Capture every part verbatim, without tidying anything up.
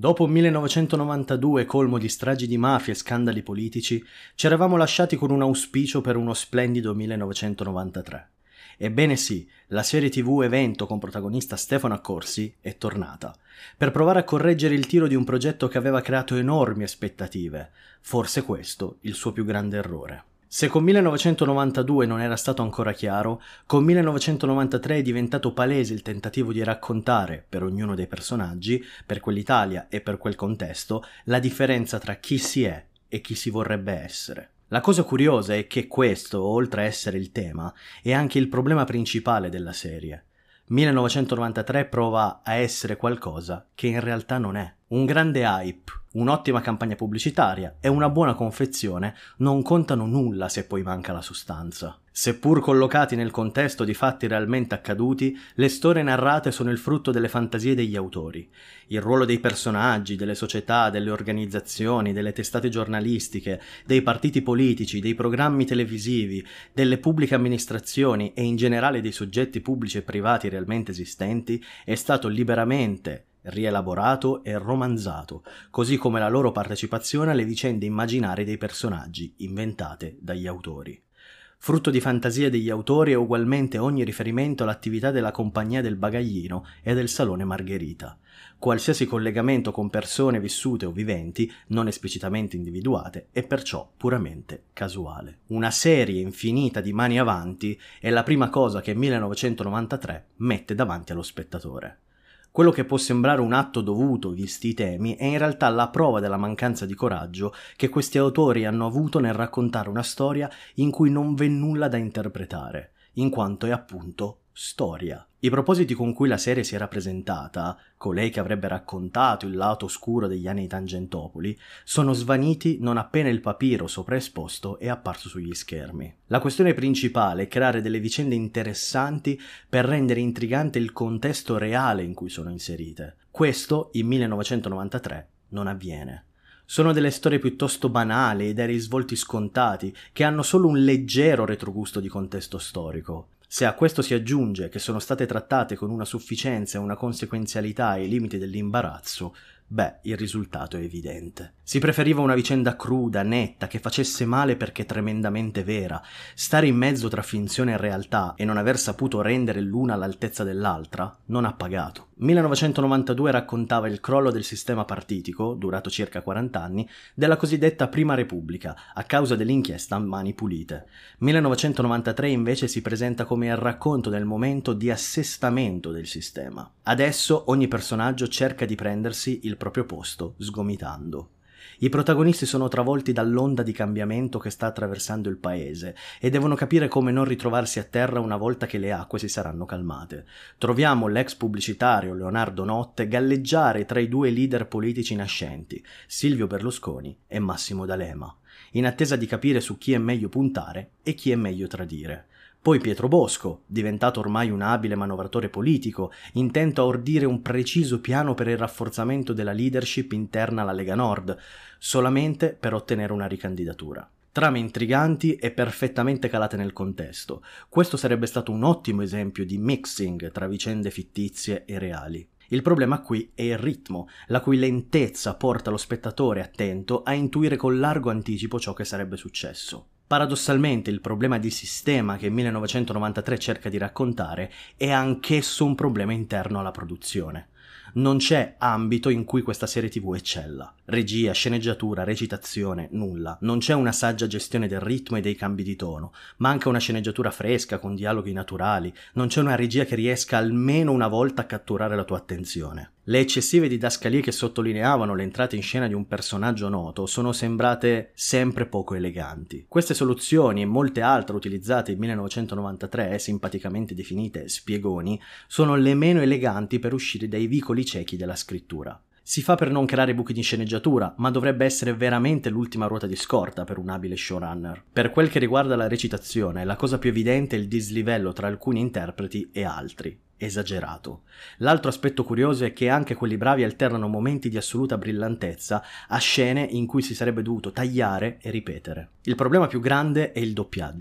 Dopo un millenovecentonovantadue colmo di stragi di mafia e scandali politici, ci eravamo lasciati con un auspicio per uno splendido millenovecentonovantatré. Ebbene sì, la serie tivù evento con protagonista Stefano Accorsi è tornata, per provare a correggere il tiro di un progetto che aveva creato enormi aspettative, forse questo il suo più grande errore. Se con millenovecentonovantadue non era stato ancora chiaro, con millenovecentonovantatré è diventato palese il tentativo di raccontare, per ognuno dei personaggi, per quell'Italia e per quel contesto, la differenza tra chi si è e chi si vorrebbe essere. La cosa curiosa è che questo, oltre a essere il tema, è anche il problema principale della serie. millenovecentonovantatré prova a essere qualcosa che in realtà non è. Un grande hype, un'ottima campagna pubblicitaria e una buona confezione non contano nulla se poi manca la sostanza. Seppur collocati nel contesto di fatti realmente accaduti, le storie narrate sono il frutto delle fantasie degli autori. Il ruolo dei personaggi, delle società, delle organizzazioni, delle testate giornalistiche, dei partiti politici, dei programmi televisivi, delle pubbliche amministrazioni e in generale dei soggetti pubblici e privati realmente esistenti è stato liberamente rielaborato e romanzato, così come la loro partecipazione alle vicende immaginarie dei personaggi inventate dagli autori. Frutto di fantasia degli autori è ugualmente ogni riferimento all'attività della Compagnia del Bagaglino e del Salone Margherita. Qualsiasi collegamento con persone vissute o viventi, non esplicitamente individuate, è perciò puramente casuale. Una serie infinita di mani avanti è la prima cosa che millenovecentonovantatré mette davanti allo spettatore. Quello che può sembrare un atto dovuto visti i temi è in realtà la prova della mancanza di coraggio che questi autori hanno avuto nel raccontare una storia in cui non v'è nulla da interpretare, in quanto è appunto storia. I propositi con cui la serie si era presentata, colei che avrebbe raccontato il lato oscuro degli anni di Tangentopoli, sono svaniti non appena il papiro sopraesposto è apparso sugli schermi. La questione principale è creare delle vicende interessanti per rendere intrigante il contesto reale in cui sono inserite. Questo, in millenovecentonovantatré, non avviene. Sono delle storie piuttosto banali e dai risvolti scontati, che hanno solo un leggero retrogusto di contesto storico. Se a questo si aggiunge che sono state trattate con una sufficienza e una conseguenzialità ai limiti dell'imbarazzo, beh, il risultato è evidente. Si preferiva una vicenda cruda, netta, che facesse male perché tremendamente vera. Stare in mezzo tra finzione e realtà e non aver saputo rendere l'una all'altezza dell'altra non ha pagato. millenovecentonovantadue raccontava il crollo del sistema partitico, durato circa quaranta anni, della cosiddetta Prima Repubblica, a causa dell'inchiesta a Mani Pulite. millenovecentonovantatré invece si presenta come il racconto del momento di assestamento del sistema. Adesso ogni personaggio cerca di prendersi il proprio posto, sgomitando. I protagonisti sono travolti dall'onda di cambiamento che sta attraversando il paese e devono capire come non ritrovarsi a terra una volta che le acque si saranno calmate. Troviamo l'ex pubblicitario Leonardo Notte galleggiare tra i due leader politici nascenti, Silvio Berlusconi e Massimo D'Alema, in attesa di capire su chi è meglio puntare e chi è meglio tradire. Poi Pietro Bosco, diventato ormai un abile manovratore politico, intento a ordire un preciso piano per il rafforzamento della leadership interna alla Lega Nord, solamente per ottenere una ricandidatura. Trame intriganti e perfettamente calate nel contesto. Questo sarebbe stato un ottimo esempio di mixing tra vicende fittizie e reali. Il problema qui è il ritmo, la cui lentezza porta lo spettatore attento a intuire con largo anticipo ciò che sarebbe successo. Paradossalmente il problema di sistema che millenovecentonovantatré cerca di raccontare è anch'esso un problema interno alla produzione. Non c'è ambito in cui questa serie tivù eccella. Regia, sceneggiatura, recitazione, nulla. Non c'è una saggia gestione del ritmo e dei cambi di tono. Manca una sceneggiatura fresca con dialoghi naturali. Non c'è una regia che riesca almeno una volta a catturare la tua attenzione. Le eccessive didascalie che sottolineavano l'entrata in scena di un personaggio noto sono sembrate sempre poco eleganti. Queste soluzioni e molte altre utilizzate in millenovecentonovantatré, simpaticamente definite spiegoni, sono le meno eleganti per uscire dai vicoli ciechi della scrittura. Si fa per non creare buchi di sceneggiatura, ma dovrebbe essere veramente l'ultima ruota di scorta per un abile showrunner. Per quel che riguarda la recitazione, la cosa più evidente è il dislivello tra alcuni interpreti e altri. Esagerato. L'altro aspetto curioso è che anche quelli bravi alternano momenti di assoluta brillantezza a scene in cui si sarebbe dovuto tagliare e ripetere. Il problema più grande è il doppiaggio.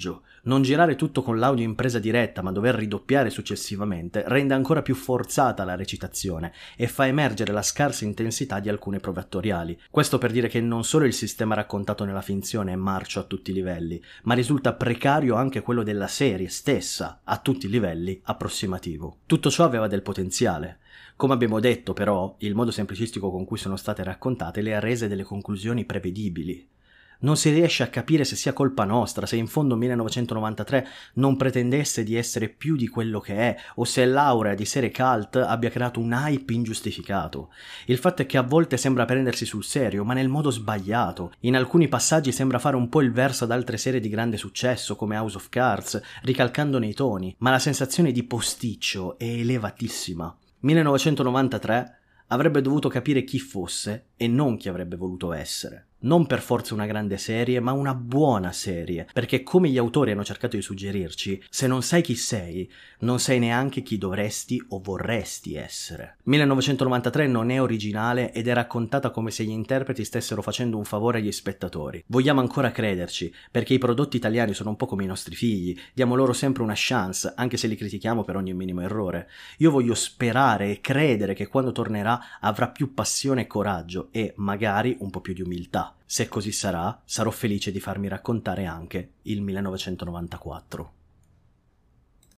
Non girare tutto con l'audio in presa diretta ma dover ridoppiare successivamente rende ancora più forzata la recitazione e fa emergere la scarsa intensità di alcune prove attoriali. Questo per dire che non solo il sistema raccontato nella finzione è marcio a tutti i livelli, ma risulta precario anche quello della serie stessa, a tutti i livelli approssimativo. Tutto ciò aveva del potenziale. Come abbiamo detto però, il modo semplicistico con cui sono state raccontate le ha rese delle conclusioni prevedibili. Non si riesce a capire se sia colpa nostra, se in fondo millenovecentonovantatré non pretendesse di essere più di quello che è, o se l'aurea di serie cult abbia creato un hype ingiustificato. Il fatto è che a volte sembra prendersi sul serio, ma nel modo sbagliato. In alcuni passaggi sembra fare un po' il verso ad altre serie di grande successo, come House of Cards, ricalcandone i toni, ma la sensazione di posticcio è elevatissima. millenovecentonovantatré avrebbe dovuto capire chi fosse e non chi avrebbe voluto essere. Non per forza una grande serie, ma una buona serie, perché come gli autori hanno cercato di suggerirci, se non sai chi sei, non sai neanche chi dovresti o vorresti essere. millenovecentonovantatré non è originale ed è raccontata come se gli interpreti stessero facendo un favore agli spettatori. Vogliamo ancora crederci, perché i prodotti italiani sono un po' come i nostri figli, diamo loro sempre una chance, anche se li critichiamo per ogni minimo errore. Io voglio sperare e credere che quando tornerà avrà più passione e coraggio e, magari, un po' più di umiltà. Se così sarà, sarò felice di farmi raccontare anche il millenovecentonovantaquattro.